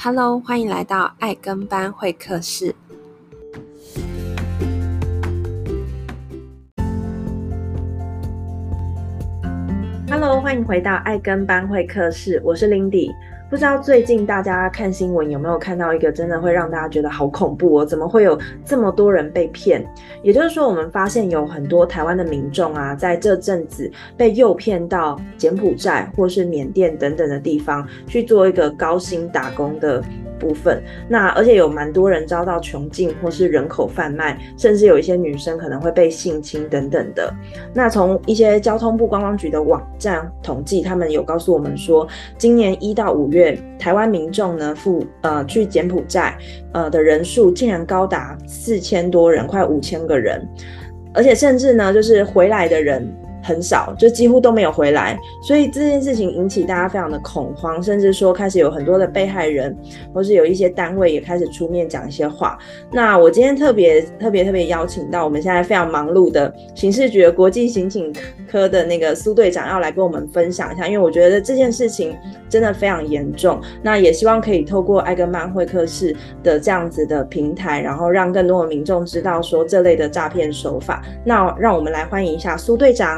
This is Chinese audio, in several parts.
Hello， 欢迎来到爱跟班会客室。Hello， 欢迎回到爱跟班会客室，我是 Lindy。不知道最近大家看新闻有没有看到一个真的会让大家觉得好恐怖哦？怎么会有这么多人被骗？也就是说，我们发现有很多台湾的民众啊，在这阵子被诱骗到柬埔寨或是缅甸等等的地方去做一个高薪打工的部分。那而且有蛮多人遭到穷尽或是人口贩卖，甚至有一些女生可能会被性侵等等的。那从一些交通部观光局的网站统计，他们有告诉我们说，今年1到5月，台湾民众呢去柬埔寨的人数竟然高达4000多人，快5000个人，而且甚至呢就是回来的人很少，就几乎都没有回来，所以这件事情引起大家非常的恐慌，甚至说开始有很多的被害人，或是有一些单位也开始出面讲一些话。那我今天特别邀请到我们现在非常忙碌的刑事局的国际刑警科的那个苏队长要来跟我们分享一下，因为我觉得这件事情真的非常严重，那也希望可以透过爱跟班会客室的这样子的平台，然后让更多的民众知道说这类的诈骗手法。那让我们来欢迎一下苏队长。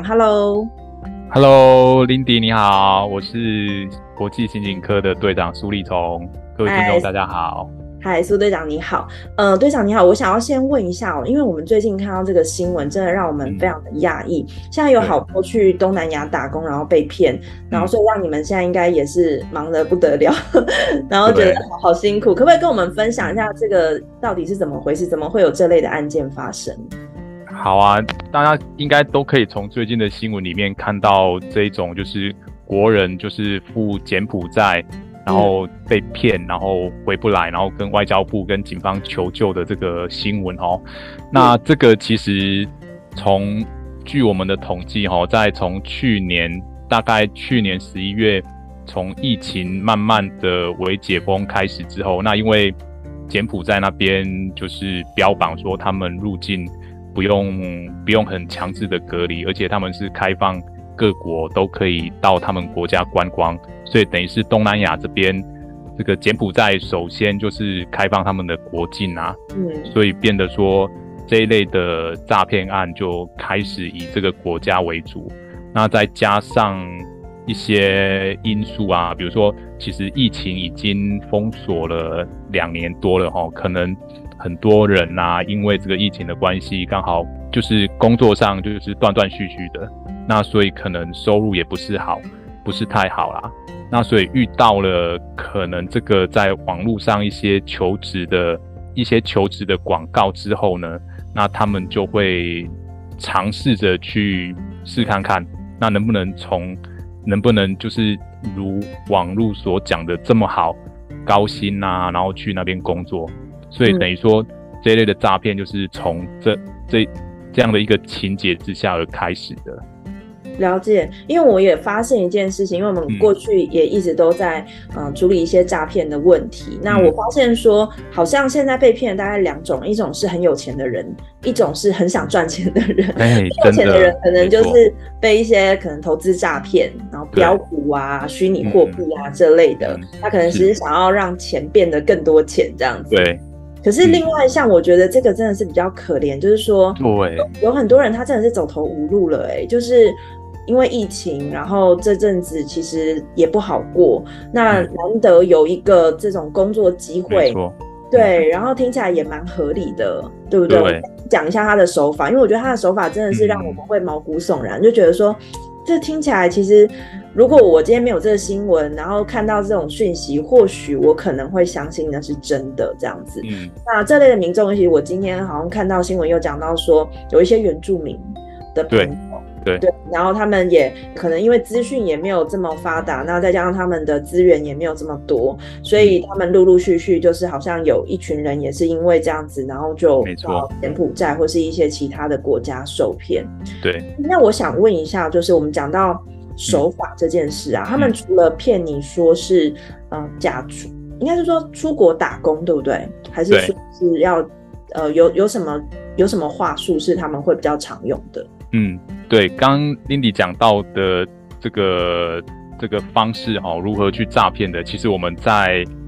Hello， Lindy 你好，我是国际刑警科的队长苏立聪，各位听众大家好。 嗨，苏队长你好。队长你好，我想要先问一下因为我们最近看到这个新闻，真的让我们非常的讶异。现在有好多去东南亚打工然后被骗，然后所以让你们现在应该也是忙得不得了，然后觉得好辛苦。可不可以跟我们分享一下这个到底是怎么回事？怎么会有这类的案件发生？ 好啊，大家应该都可以从最近的新闻里面看到这种就是国人就是赴柬埔寨，然后被骗，然后回不来，然后跟外交部跟警方求救的这个新闻哦。那这个其实据我们的统计在从大概去年11月，从疫情慢慢的微解封开始之后，那因为柬埔寨那边就是标榜说他们入境不用很强制的隔离，而且他们是开放各国都可以到他们国家观光，所以等于是东南亚这边这个柬埔寨首先就是开放他们的国境啊，所以变得说这一类的诈骗案就开始以这个国家为主。那再加上一些因素啊，比如说其实疫情已经封锁了2年多了可能很多人啊，因为这个疫情的关系，刚好就是工作上就是断断续续的，那所以可能收入也不是太好啦。那所以遇到了可能这个在网络上一些求职的广告之后呢，那他们就会尝试着去试看看，那能不能就是如网络所讲的这么好，高薪啊，然后去那边工作。所以等于说这一类的诈骗就是从这样的一个情节之下而开始的。 了解，因为我也发现一件事情，因为我们过去也一直都在处理一些诈骗的问题。那我发现说，好像现在被骗的大概2种，一种是很有钱的人，一种是很想赚钱的人。很有钱的人可能就是被一些可能投资诈骗，然后标股啊、虚拟货币啊这类的，他可能只是想要让钱变得更多钱这样子。 对。 可是另外像我觉得这个真的是比较可怜，就是说有很多人他真的是走投无路了就是因为疫情，然后这阵子其实也不好过，那难得有一个这种工作机会，对，然后听起来也蛮合理的，对不对？我讲一下他的手法，因为我觉得他的手法真的是让我们会毛骨悚然，就觉得说这听起来其实如果我今天没有这个新闻，然后看到这种讯息，或许我可能会相信那是真的这样子。那这类的民众，尤其我今天好像看到新闻又讲到说有一些原住民的朋友，对，然后他们也可能因为资讯也没有这么发达，那再加上他们的资源也没有这么多，所以他们陆陆续续就是好像有一群人也是因为这样子，然后就到柬埔寨或是一些其他的国家受骗。 对， 那我想问一下，就是我们讲到手法这件事啊，他们除了骗你说是应该是说出国打工，对不对？还是说是要有什么话术是他们会比较常用的？ 对，刚 Lindy 讲到的这个方式如何去诈骗的，其实我们在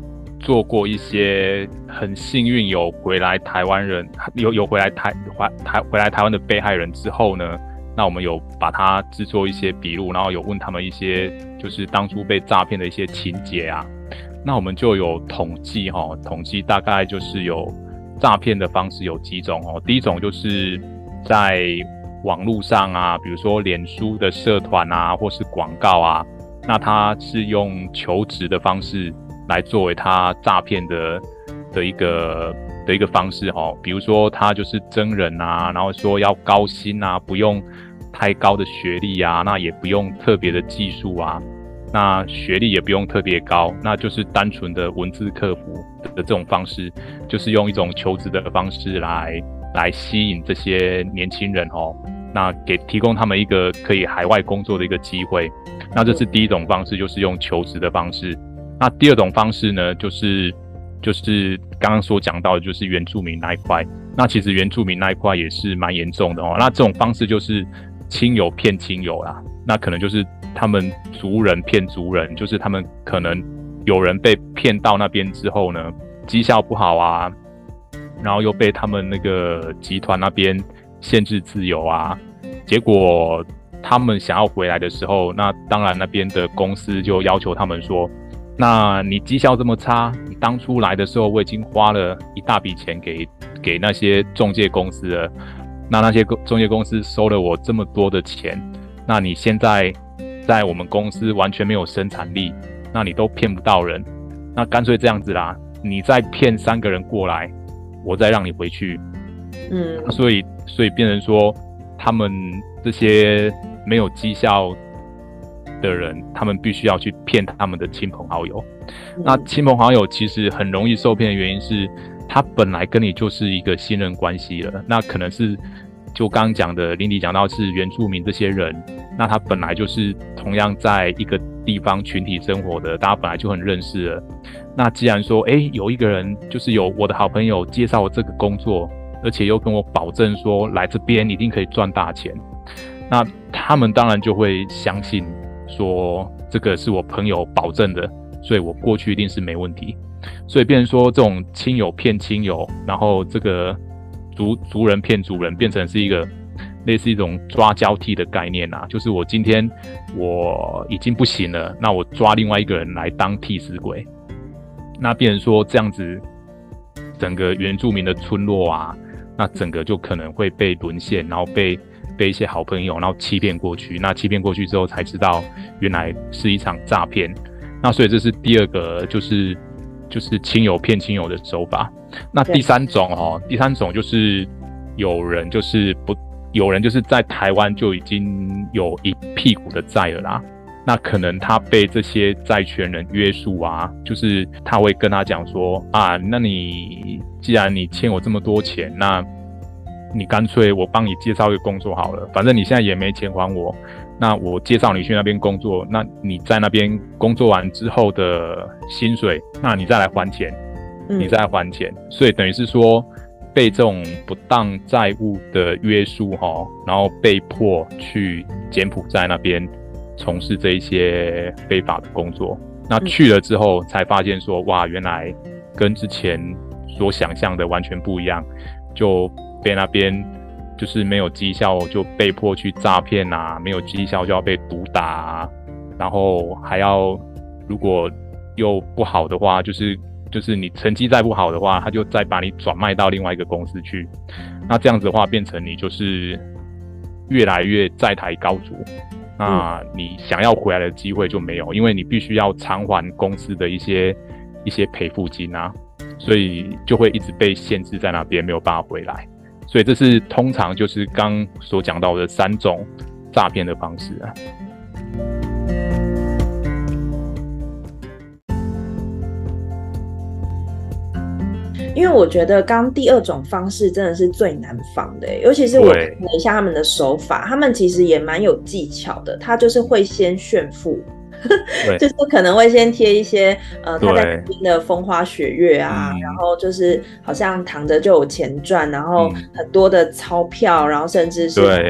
做过一些很幸运有回来台湾人，有回来台湾的被害人之后呢，那我们有把它制作一些笔录，然后有问他们一些就是当初被诈骗的一些情节啊。那我们就有统计大概就是有诈骗的方式有几种第一种就是在网络上啊，比如说脸书的社团啊，或是广告啊，那他是用求职的方式来作为他诈骗的一个方式比如说他就是征人啊，然后说要高薪啊，不用太高的学历啊，那也不用特别的技术啊，那学历也不用特别高，那就是单纯的文字客服的这种方式，就是用一种求职的方式来吸引这些年轻人那提供他们一个可以海外工作的一个机会。那这是第一种方式，就是用求职的方式。那第二种方式呢，就是刚刚所讲到的，就是原住民那一块。那其实原住民那一块也是蛮严重的那这种方式就是亲友骗亲友啦，那可能就是他们族人骗族人，就是他们可能有人被骗到那边之后呢，绩效不好啊，然后又被他们那个集团那边限制自由啊，结果他们想要回来的时候，那当然那边的公司就要求他们说，那你绩效这么差，你当初来的时候我已经花了一大笔钱给那些中介公司了，那些中介公司收了我这么多的钱，那你现在在我们公司完全没有生产力，那你都骗不到人，那干脆这样子啦，你再骗3个人过来，我再让你回去。所以变成说他们这些没有绩效的人，他们必须要去骗他们的亲朋好友。那亲朋好友其实很容易受骗的原因是，他本来跟你就是一个信任关系了，那可能是就刚刚讲的林迪讲到是原住民这些人，那他本来就是同样在一个地方群体生活的，大家本来就很认识了。那既然说有一个人就是有我的好朋友介绍我这个工作，而且又跟我保证说来这边一定可以赚大钱，那他们当然就会相信说这个是我朋友保证的，所以我过去一定是没问题。所以变成说这种亲友骗亲友，然后这个族人骗族人，变成是一个类似一种抓交替的概念啊，就是我今天我已经不行了，那我抓另外一个人来当替死鬼，那变成说这样子整个原住民的村落啊，那整个就可能会被沦陷，然后被一些好朋友然后欺骗过去，那欺骗过去之后才知道原来是一场诈骗。那所以这是第二个就是亲友骗亲友的手法。那第三种就是有人就是在台湾就已经有一屁股的债了啦，那可能他被这些债权人约束啊，就是他会跟他讲说啊，那你既然你欠我这么多钱，那你干脆我帮你介绍一个工作好了，反正你现在也没钱还我，那我介绍你去那边工作，那你在那边工作完之后的薪水，那你再来还钱，所以等于是说被这种不当债务的约束然后被迫去柬埔寨那边从事这一些非法的工作。那去了之后才发现说，哇，原来跟之前所想象的完全不一样，就被那边就是没有绩效就被迫去诈骗啊，没有绩效就要被毒打啊，然后还要如果又不好的话，就是你成绩再不好的话，他就再把你转卖到另外一个公司去。那这样子的话，变成你就是越来越债台高筑，那你想要回来的机会就没有，因为你必须要偿还公司的一些赔付金啊，所以就会一直被限制在那边，没有办法回来。所以这是通常就是刚所讲到的3种诈骗的方式啊。 因为我觉得刚第2种方式真的是最难防的，尤其是我看了一下他们的手法，他们其实也蛮有技巧的，他就是会先炫富。就是可能会先贴一些他在那边的风花雪月啊，然后就是好像躺着就有钱赚，然后很多的钞票，然后甚至是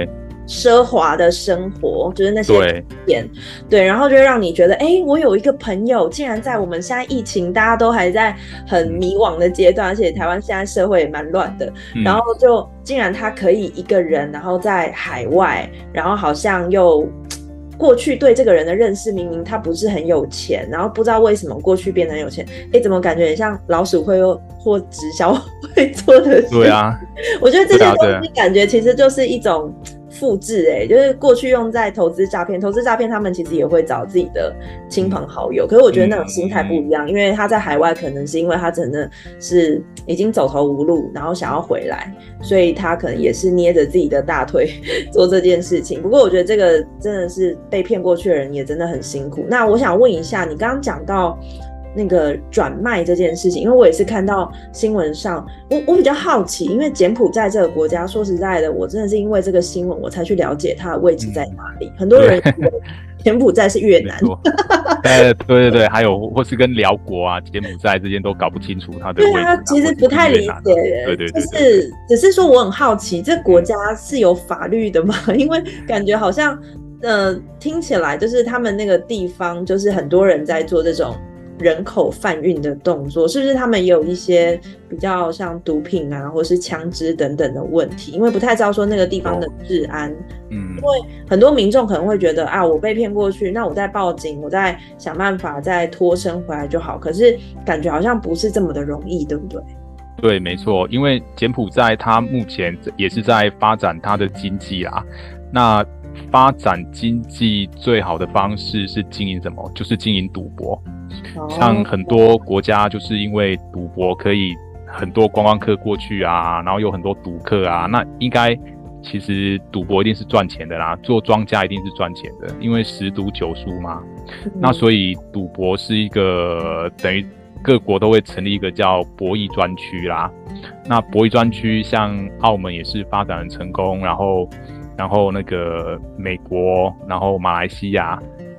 奢华的生活，就是那些钱，对，然后就让你觉得，我有一个朋友，竟然在我们现在疫情大家都还在很迷惘的阶段，而且台湾现在社会也蛮乱的，然后就竟然他可以一个人，然后在海外，然后好像又过去对这个人的认识，明明他不是很有钱，然后不知道为什么过去变得很有钱，怎么感觉很像老鼠会或直销会做的事？ 对啊， 我觉得这些东西感觉其实就是一种复制，就是过去用在投资诈骗他们其实也会找自己的亲朋好友，可是我觉得那种心态不一样，因为他在海外可能是因为他真的是已经走投无路，然后想要回来，所以他可能也是捏着自己的大腿做这件事情。不过我觉得这个真的是被骗过去的人也真的很辛苦。那我想问一下，你刚刚讲到那个转卖这件事情，因为我也是看到新闻上，我比较好奇，因为柬埔寨这个国家，说实在的，我真的是因为这个新闻我才去了解它的位置在哪里。很多人以为柬埔寨是越南， 对，还有或是跟辽国啊、柬埔寨之间都搞不清楚它的位置。 对啊，其实不太理解。对，只是说我很好奇，这国家是有法律的吗？因为感觉好像听起来就是他们那个地方就是很多人在做这种人口贩运的动作，是不是他们也有一些比较像毒品啊或是枪支等等的问题？因为不太知道说那个地方的治安，因为很多民众可能会觉得我被骗过去，那我再报警，我再想办法再脱身回来就好，可是感觉好像不是这么的容易，对不对？ 对，没错，因为柬埔寨它目前也是在发展它的经济啦，那发展经济最好的方式是经营什么？就是经营赌博。像很多国家就是因为赌博可以很多观光客过去啊，然后有很多赌客啊，那应该其实赌博一定是赚钱的啦，做庄家一定是赚钱的，因为10赌9输嘛。那所以赌博是一个等于各国都会成立一个叫博弈专区啦。那博弈专区像澳门也是发展很成功，然后那个美国，然后马来西亚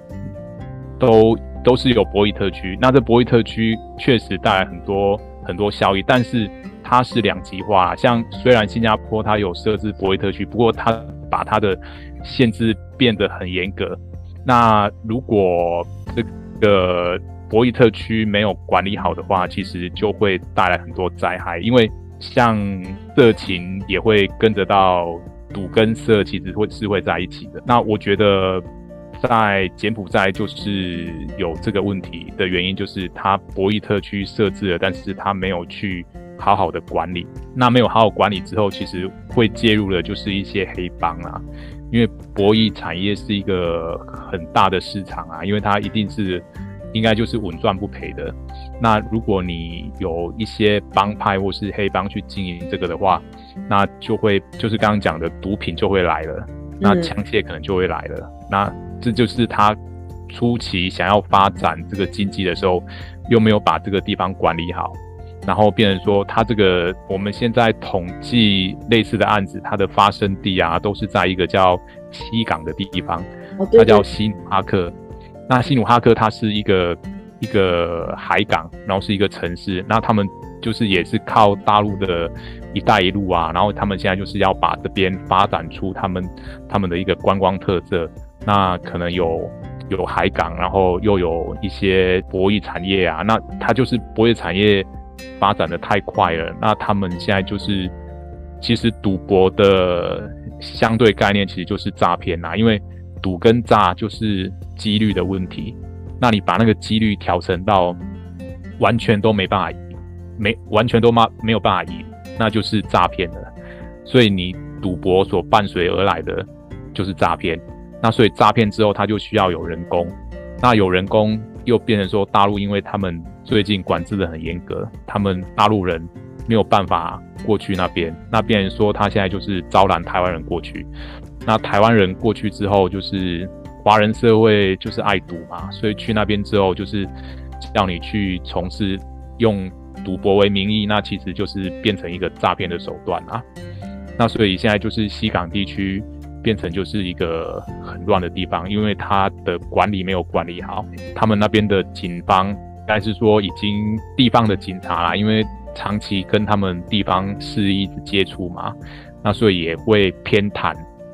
都是有博弈特区。那这博弈特区确实带来很多效益，但是它是两极化。像虽然新加坡它有设置博弈特区，不过它把它的限制变得很严格。那如果这个博弈特区没有管理好的话，其实就会带来很多灾害，因为像色情也会跟着到赌跟色，其实是会在一起的。那我觉得在柬埔寨就是有这个问题的原因，就是它博弈特区设置了，但是它没有去好好的管理。那没有好好管理之后，其实会介入的就是一些黑帮啊，因为博弈产业是一个很大的市场啊，因为它应该就是稳赚不赔的。那如果你有一些帮派或是黑帮去经营这个的话，那就是刚刚讲的毒品就会来了，那枪械可能就会来了。那这就是他初期想要发展这个经济的时候，又没有把这个地方管理好，然后变成说他这个我们现在统计类似的案子，它的发生地啊都是在一个叫西港的地方，它叫西努哈克。那西努哈克它是一个海港，然后是一个城市，那他们就是也是靠大陆的一带一路啊，然后他们现在就是要把这边发展出他们的一个观光特色。那可能有海港，然后又有一些博弈产业啊，那它就是博弈产业发展的太快了。那他们现在就是其实赌博的相对概念其实就是诈骗啦，因为赌跟诈就是几率的问题，那你把那个几率调成到完全都没办法赢，完全都没有办法赢，那就是诈骗了。所以你赌博所伴随而来的就是诈骗。那所以诈骗之后，他就需要有人工，那有人工又变成说大陆，因为他们最近管制的很严格，他们大陆人没有办法过去那边，那变成说他现在就是招揽台湾人过去。那台湾人过去之后，就是华人社会就是爱赌嘛，所以去那边之后就是叫你去从事用赌博为名义，那其实就是变成一个诈骗的手段啊。那所以现在就是西港地区变成就是一个很乱的地方，因为它的管理没有管理好，他们那边的警方应该是说已经地方的警察啦，因为长期跟他们地方势力接触嘛，那所以也会偏袒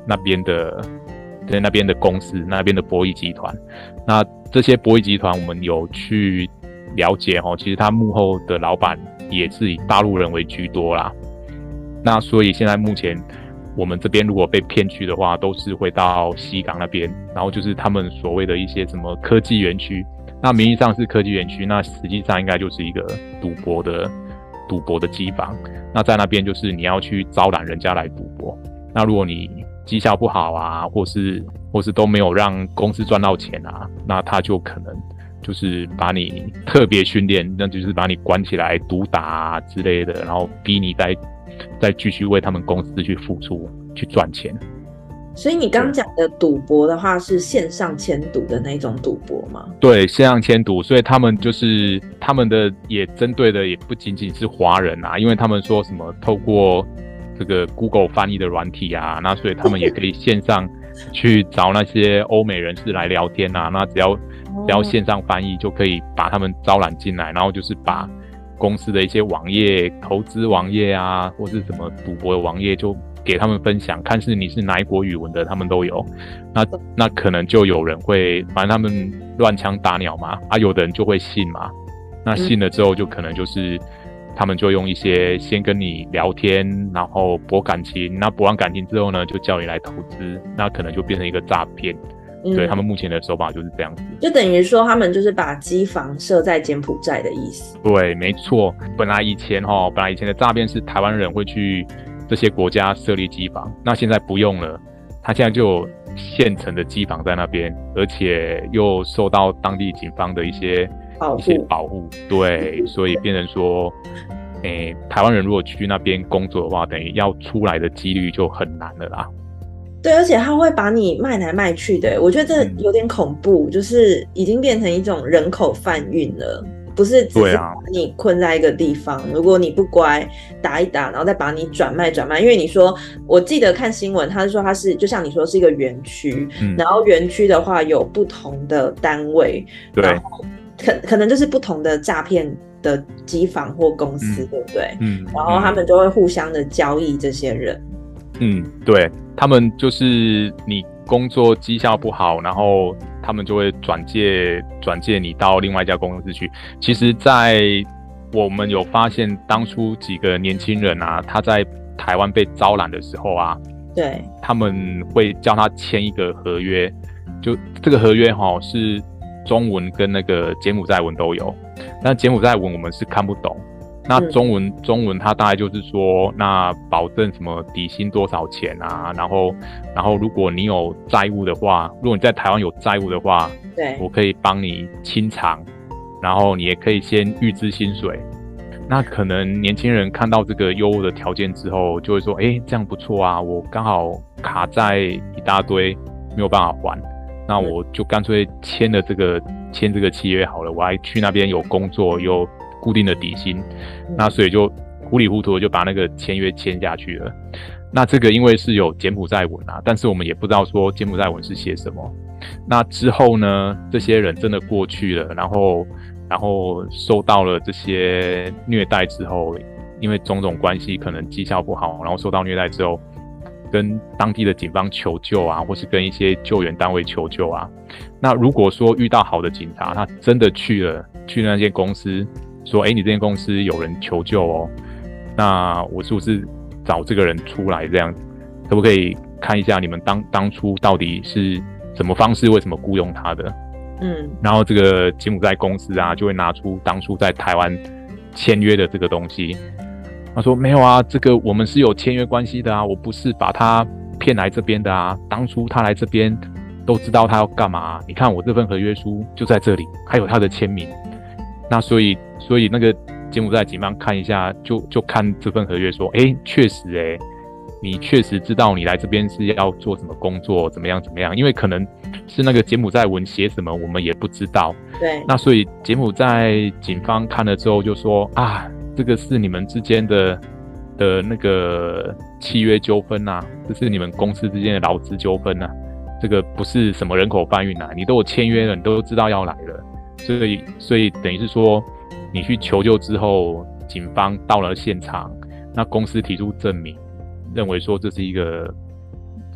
那边的公司，那边的博弈集团。那这些博弈集团我们有去了解其实他幕后的老板也是以大陆人为居多啦。那所以现在目前我们这边如果被骗去的话，都是会到西港那边，然后就是他们所谓的一些什么科技园区。那名义上是科技园区，那实际上应该就是一个赌博的机房。那在那边就是你要去招揽人家来赌博。那如果你绩效不好啊，或是都没有让公司赚到钱啊，那他就可能就是把你特别训练，那就是把你关起来毒打啊之类的，然后逼你再继续为他们公司去付出，去赚钱。 所以你刚讲的赌博的话，是线上签赌的那种赌博吗？ 对，线上签赌，所以他们的也针对的也不仅仅是华人啊，因为他们说什么透过这个 Google 翻译的软体啊，那所以他们也可以线上去找那些欧美人士来聊天啊，那只要线上翻译就可以把他们招揽进来，然后就是把公司的一些网页、投资网页啊，或是什么赌博的网页就给他们分享，看你是哪一国语文的，他们都有。那可能就有人会，反正他们乱枪打鸟嘛，有的人就会信嘛。那信了之后，就可能就是他们就用一些先跟你聊天，然后博感情。那博完感情之后呢，就叫你来投资，那可能就变成一个诈骗。对，他们目前的手法就是这样子， 就等于说他们就是把机房设在柬埔寨的意思。 对，没错。本来以前的诈骗是台湾人会去这些国家设立机房，那现在不用了，他现在就有现成的机房在那边，而且又受到当地警方的一些保护。对，所以变成说，台湾人如果去那边工作的话，等于要出来的几率就很难了啦。 对，而且他会把你卖来卖去的，我觉得这有点恐怖，就是已经变成一种人口贩运了，不是只是把你困在一个地方，如果你不乖打一打，然后再把你转卖，因为你说，我记得看新闻，他是说他是就像你说是一个园区，然后园区的话有不同的单位，然后可能就是不同的诈骗的机房或公司，对不对？然后他们就会互相的交易这些人。 对，他们就是你工作绩效不好，然后他们就会转介你到另外一家公司去。其实在我们有发现，当初几个年轻人啊，他在台湾被招揽的时候啊， 对，他们会叫他签一个合约，就这个合约是中文跟那个柬埔寨文都有，但柬埔寨文我们是看不懂。那中文它大概就是说，那保证什么底薪多少钱啊，然后如果你有债务的话，如果你在台湾有债务的话， 对， 我可以帮你清偿，然后你也可以先预支薪水。那可能年轻人看到这个优渥的条件之后，就会说，这样不错啊，我刚好卡债一大堆没有办法还，那我就干脆签这个契约好了，我还去那边有工作有固定的底薪，那所以就糊里糊涂的就把那个签约签下去了。那这个因为是有柬埔寨文啊，但是我们也不知道说柬埔寨文是写什么。那之后呢，这些人真的过去了，然后受到了这些虐待之后，因为种种关系，可能绩效不好，然后受到虐待之后，跟当地的警方求救啊，或是跟一些救援单位求救啊。那如果说遇到好的警察，他真的去那间公司，说，你这间公司有人求救哦，那我是不是找这个人出来这样，可不可以看一下你们当初到底是什么方式，为什么雇佣他的？然后这个柬埔寨公司啊，就会拿出当初在台湾签约的这个东西。他说没有啊，这个我们是有签约关系的啊，我不是把他骗来这边的啊，当初他来这边都知道他要干嘛啊，你看我这份合约书就在这里，还有他的签名。那所以那个柬埔寨警方看一下，就看这份合约说，确实你确实知道你来这边是要做什么工作，怎么样，因为可能是那个柬埔寨文写什么我们也不知道。 对， 那所以柬埔寨警方看了之后就说，啊，这个是你们之间的那个契约纠纷啊，这是你们公司之间的劳资纠纷啊，这个不是什么人口贩运啊，你都有签约了，你都知道要来了，所以等于是说你去求救之后，警方到了现场，那公司提出证明，认为说这是一个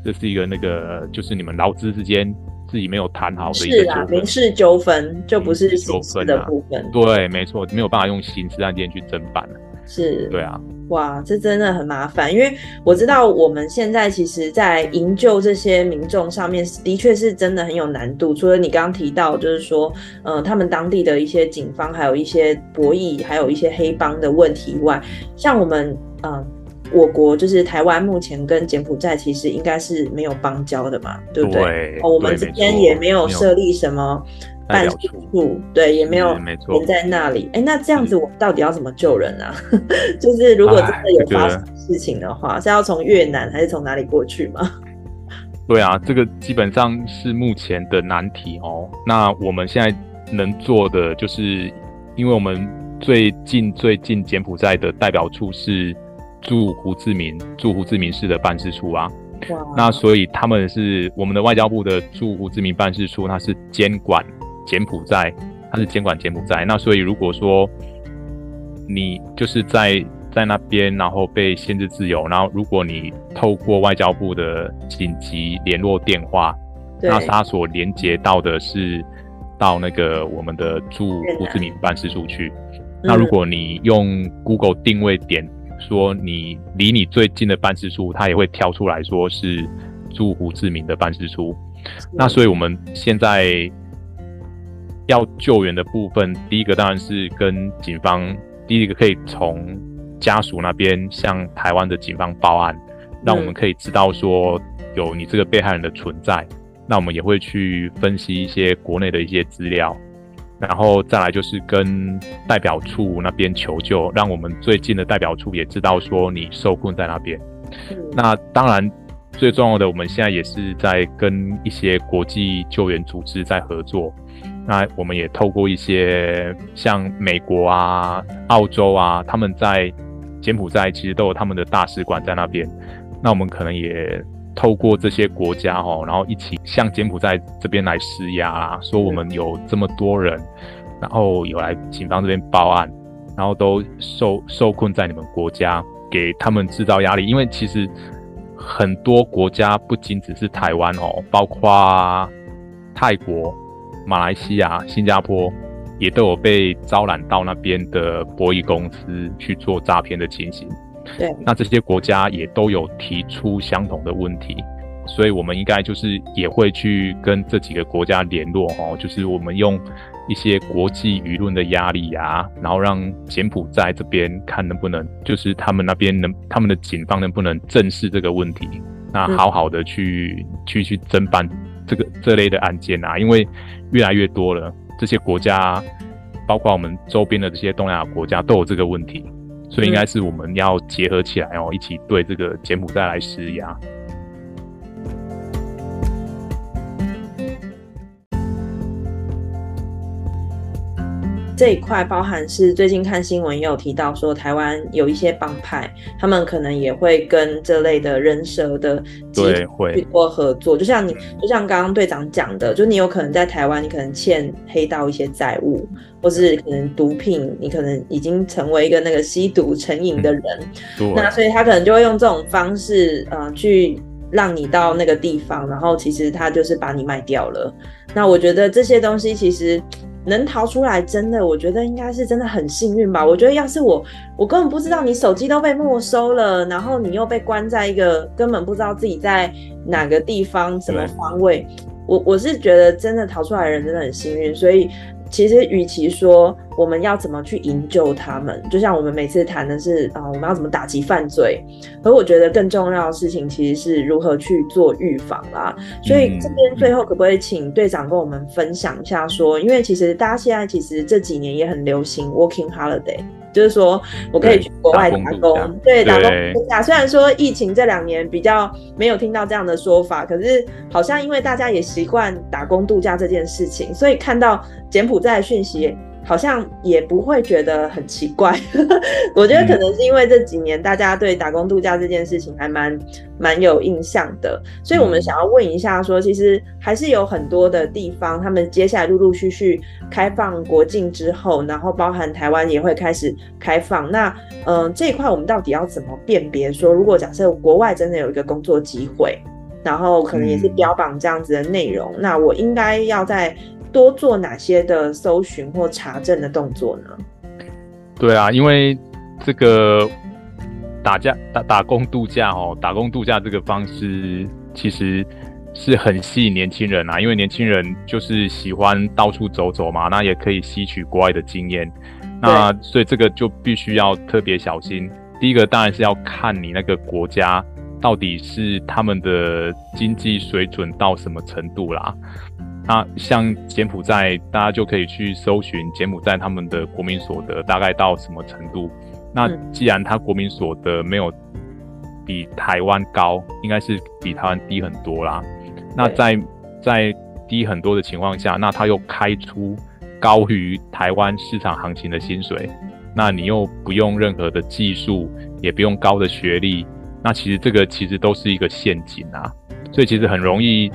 这是一个那个就是你们劳资之间自己没有谈好的一个纠纷， 民事纠纷就不是刑事的部分。 对，没错，没有办法用刑事案件去侦办了。 是， 对啊。 哇，这真的很麻烦，因为我知道我们现在其实在营救这些民众上面的确是真的很有难度，除了你刚刚提到就是说他们当地的一些警方还有一些博弈还有一些黑帮的问题以外，像我们我国就是台湾目前跟柬埔寨其实应该是没有邦交的嘛，对不对？ 对， 我们这边也没有设立什么办事处，对，也没有人在那里。那这样子我们到底要怎么救人啊？就是如果真的有发生事情的话，是要从越南还是从哪里过去吗？ 对啊，这个基本上是目前的难题哦。那我们现在能做的就是，因为我们最近柬埔寨的代表处是驻胡志明市的办事处啊。那所以他们是我们的外交部的驻胡志明办事处，它是监管柬埔寨，那所以如果说你就是在那边，然后被限制自由，然后如果你透过外交部的紧急联络电话，那他所连接到的是到那个我们的驻胡志明办事处去。那如果你用 Google 定位点说你离你最近的办事处，它也会跳出来说是驻胡志明的办事处。那所以我们现在要救援的部分，第一个当然是跟警方，第一个可以从家属那边向台湾的警方报案，让我们可以知道说有你这个被害人的存在。那我们也会去分析一些国内的一些资料，然后再来就是跟代表处那边求救，让我们最近的代表处也知道说你受困在那边。那当然最重要的，我们现在也是在跟一些国际救援组织在合作。那我们也透过一些像美国啊、澳洲啊，他们在柬埔寨其实都有他们的大使馆在那边。那我们可能也透过这些国家然后一起向柬埔寨这边来施压啊，说我们有这么多人，然后有来警方这边报案，然后都受困在你们国家，给他们制造压力。因为其实很多国家不仅只是台湾包括泰国、马来西亚、新加坡也都有被招揽到那边的博弈公司去做诈骗的情形。 对， 那这些国家也都有提出相同的问题，所以我们应该就是也会去跟这几个国家联络就是我们用一些国际舆论的压力啊，然后让柬埔寨这边看能不能就是他们那边他们的警方能不能正视这个问题，那好好的去侦办这类的案件啊。因为越来越多了，这些国家包括我们周边的这些东南亚国家都有这个问题，所以应该是我们要结合起来一起对这个柬埔寨来施压。 这一块包含是最近看新闻也有提到说，台湾有一些帮派，他们可能也会跟这类的人蛇的集团去做合作。就像刚刚队长讲的，就你有可能在台湾，你可能欠黑道一些债务，或是可能毒品，你可能已经成为一个那个吸毒成瘾的人，那所以他可能就会用这种方式去让你到那个地方，然后其实他就是把你卖掉了。那我觉得这些东西其实能逃出来，真的我觉得应该是真的很幸运吧。我觉得要是我根本不知道你手机都被没收了，然后你又被关在一个根本不知道自己在哪个地方什么方位，我是觉得真的逃出来的人真的很幸运。所以其实与其说我们要怎么去营救他们，就像我们每次谈的是我们要怎么打击犯罪，而我觉得更重要的事情其实是如何去做预防啦。所以这边最后可不可以请队长跟我们分享一下说，因为其实大家现在其实这几年也很流行 working holiday， 就是说我可以去国外打工，对，打工度假。虽然说疫情这2年比较没有听到这样的说法，可是好像因为大家也习惯打工度假这件事情，所以看到柬埔寨的讯息好像也不会觉得很奇怪我觉得可能是因为这几年大家对打工度假这件事情还蛮有印象的，所以我们想要问一下说，其实还是有很多的地方他们接下来陆陆续续开放国境之后，然后包含台湾也会开始开放，那这一块我们到底要怎么辨别说，如果假设国外真的有一个工作机会， 然后可能也是标榜这样子的内容，那我应该要再多做哪些的搜寻或查证的动作呢？ 对啊，因为这个打工度假打工度假这个方式其实是很吸引年轻人啊，因为年轻人就是喜欢到处走走嘛，那也可以吸取国外的经验，那所以这个就必须要特别小心。第一个当然是要看你那个国家到底是他们的经济水准到什么程度啦。那像柬埔寨，大家就可以去搜寻柬埔寨他们的国民所得大概到什么程度。那既然他国民所得没有比台湾高，应该是比台湾低很多啦。那在低很多的情况下，那他又开出高于台湾市场行情的薪水，那你又不用任何的技术，也不用高的学历，那其实这个其实都是一个陷阱啊。所以其实很容易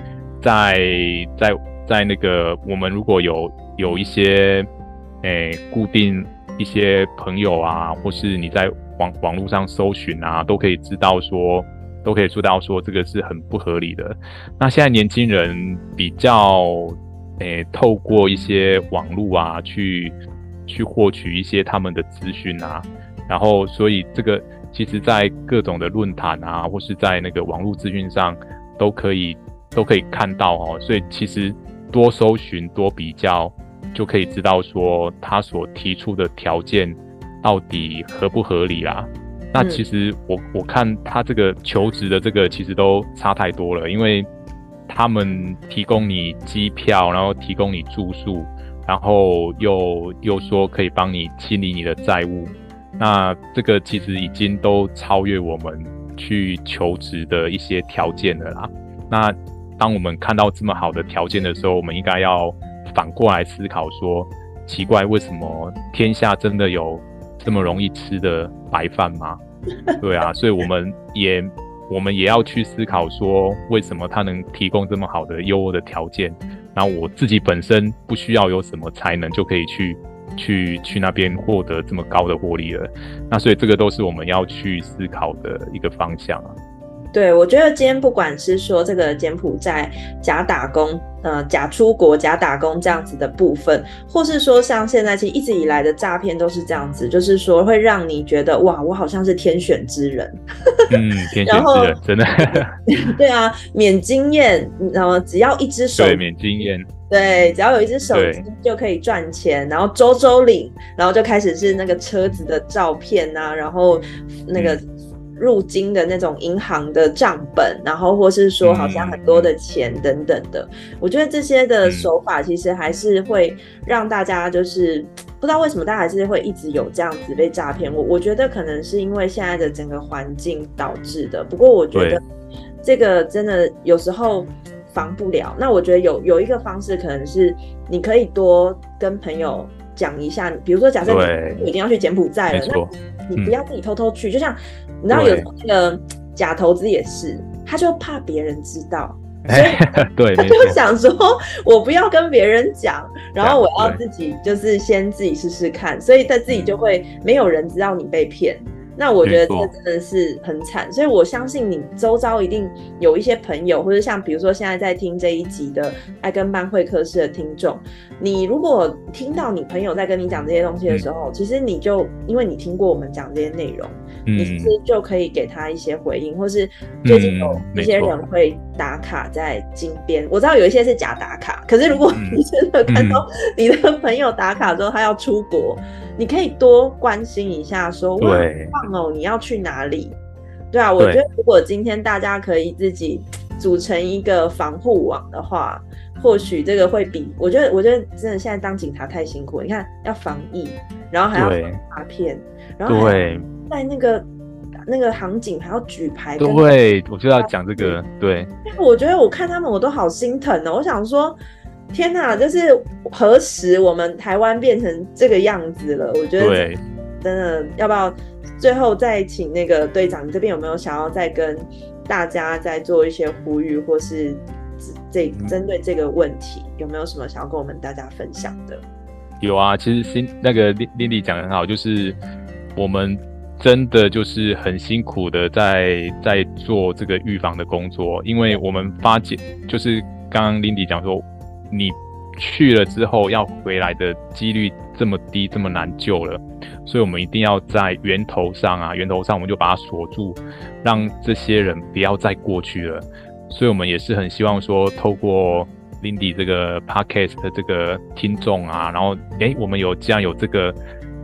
在那个我们如果有一些固定一些朋友啊，或是你在网络上搜寻啊，都可以知道说这个是很不合理的。那现在年轻人比较透过一些网络啊去获取一些他们的资讯啊，然后所以这个其实在各种的论坛啊，或是在那个网络资讯上都可以看到所以其实多搜寻多比较就可以知道说他所提出的条件到底合不合理啦。那其实我看他这个求职的这个其实都差太多了，因为他们提供你机票，然后提供你住宿，然后又说可以帮你清理你的债务，那这个其实已经都超越我们去求职的一些条件了啦。那当我们看到这么好的条件的时候，我们应该要反过来思考说，奇怪，为什么天下真的有这么容易吃的白饭吗？对啊，所以我们也要去思考说，为什么他能提供这么好的优渥的条件，然后我自己本身不需要有什么才能就可以去那边获得这么高的获利了。那所以这个都是我们要去思考的一个方向啊。 对，我觉得今天不管是说这个柬埔寨假打工假出国假打工这样子的部分，或是说像现在其实一直以来的诈骗都是这样子，就是说会让你觉得哇，我好像是天选之人。 天选之人真的。 对啊，免经验，然后只要一只手， 对，免经验， 对，只要有一只手机就可以赚钱，然后周领，然后就开始是那个车子的照片啊，然后那个入金的那种银行的账本，然后或是说好像很多的钱等等的。我觉得这些的手法其实还是会让大家就是不知道为什么大家还是会一直有这样子被诈骗。我觉得可能是因为现在的整个环境导致的，不过我觉得这个真的有时候防不了。那我觉得有一个方式可能是你可以多跟朋友讲一下，比如说假设你一定要去柬埔寨了，那你不要自己偷偷去，就像你知道有那个假投资也是，他就怕别人知道，所以对， 他就想说我不要跟别人讲，然后我要自己就是先自己试试看，所以他自己就会没有人知道你被骗。那我觉得这真的是很惨，所以我相信你周遭一定有一些朋友，或者像比如说现在在听这一集的爱跟班会客室的听众，你如果听到你朋友在跟你讲这些东西的时候，其实你就因为你听过我们讲这些内容，你其实就可以给他一些回应，或是最近有一些人会打卡在金边，我知道有一些是假打卡，可是如果你真的看到你的朋友打卡之后他要出国，你可以多关心一下说哇棒哦，你要去哪里？对啊，我觉得如果今天大家可以自己组成一个防护网的话，或许这个会比我觉得真的现在当警察太辛苦了，你看要防疫，然后还要防诈骗，然后还在那个航警还要举牌， 对，我就要讲这个，对， 我觉得我看他们我都好心疼哦，我想说天哪，就是何时我们台湾变成这个样子了？我觉得真的要不要最后再请那个队长，你这边有没有想要再跟大家再做一些呼吁，或是针对这个问题有没有什么想要跟我们大家分享的？ 有啊，其实那个Lindy讲得很好，就是我们真的就是很辛苦的在做这个预防的工作，因为我们发现就是刚刚 Lindy 讲说，你去了之后要回来的几率这么低，这么难救了，所以我们一定要在源头上我们就把它锁住，让这些人不要再过去了。所以我们也是很希望说，透过 Lindy 这个 podcast 的这个听众然后我们既然有这个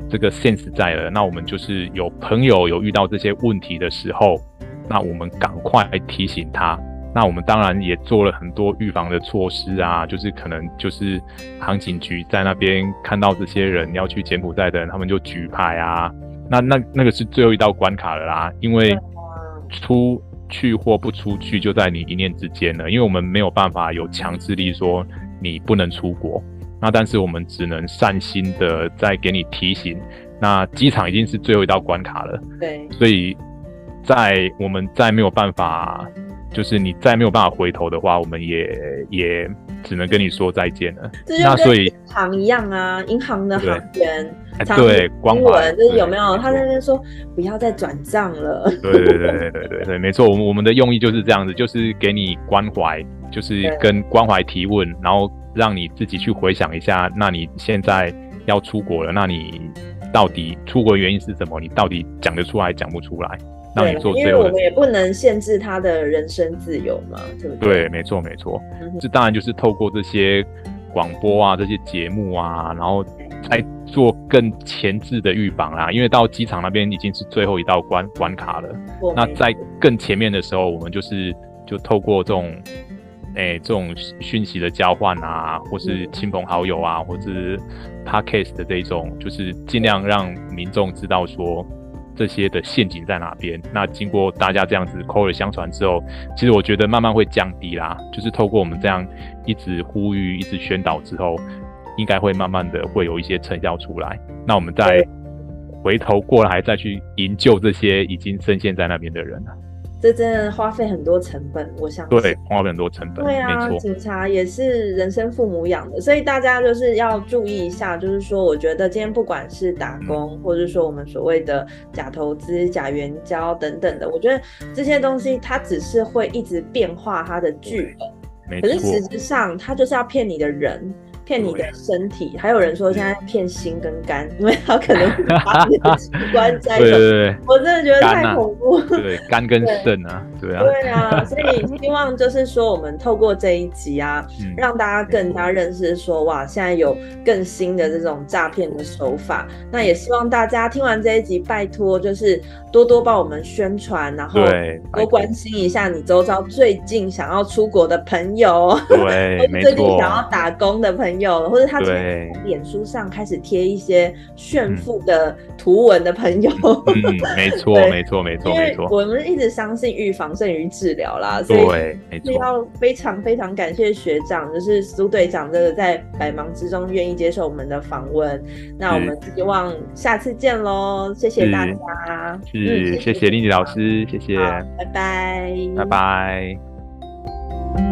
sense 在了，那我们就是有朋友有遇到这些问题的时候，那我们赶快提醒他。那我们当然也做了很多预防的措施就是可能就是航警局在那边看到这些人要去柬埔寨的人，他们就举牌那个是最后一道关卡了啦，因为出去或不出去就在你一念之间了，因为我们没有办法有强制力说你不能出国，那但是我们只能善心的再给你提醒。那机场已经是最后一道关卡了， 对， 所以我们再没有办法，就是你再没有办法回头的话，我们也只能跟你说再见了。 那所以银行一样银行的行员对关怀就是有没有他在那边说不要再转账了？ 对，没错，我们的用意就是这样子，就是给你关怀，就是跟关怀提问，然后让你自己去回想一下，那你现在要出国了，那你到底出国原因是什么？你到底讲得出来讲不出来？让你做最后的， 因为我们也不能限制他的人身自由嘛，对不对？ 对，没错。这当然就是透过这些广播这些节目然后再做更前置的预防啦。因为到机场那边已经是最后一道关卡了。那在更前面的时候，我们就透过这种讯息的交换或是亲朋好友或是 podcast 的这种，就是尽量让民众知道说这些的陷阱在哪边。那经过大家这样子口耳相传之后，其实我觉得慢慢会降低啦，就是透过我们这样一直呼吁一直宣导之后，应该会慢慢的会有一些成效出来，那我们再回头过来再去营救这些已经深陷在那边的人这真的花费很多成本，我想对，花费很多成本。 对没错，警察也是人生父母养的，所以大家就是要注意一下，就是说我觉得今天不管是打工或者说我们所谓的假投资假援交等等的，我觉得这些东西它只是会一直变化它的剧本，可是实质上它就是要骗你的人，骗你的身体，还有人说现在骗心跟肝，因为他可能把你的器官摘走。对，我真的觉得太恐怖。 对，肝跟肾对，所以希望就是说，我们透过这一集让大家更加认识说，哇，现在有更新的这种诈骗的手法。那也希望大家听完这一集，拜托就是多多帮我们宣传，然后多关心一下你周遭最近想要出国的朋友， 对， 或最近想要打工的朋友，或者他在脸书上开始贴一些炫富的图文的朋友。 没错。 因为我们一直相信预防胜于治疗啦，所以是要非常非常感谢学长，就是苏队长这个在百忙之中愿意接受我们的访问。那我们希望下次见咯，谢谢大家。 谢谢Lindy老师，谢谢， 拜拜， 拜拜。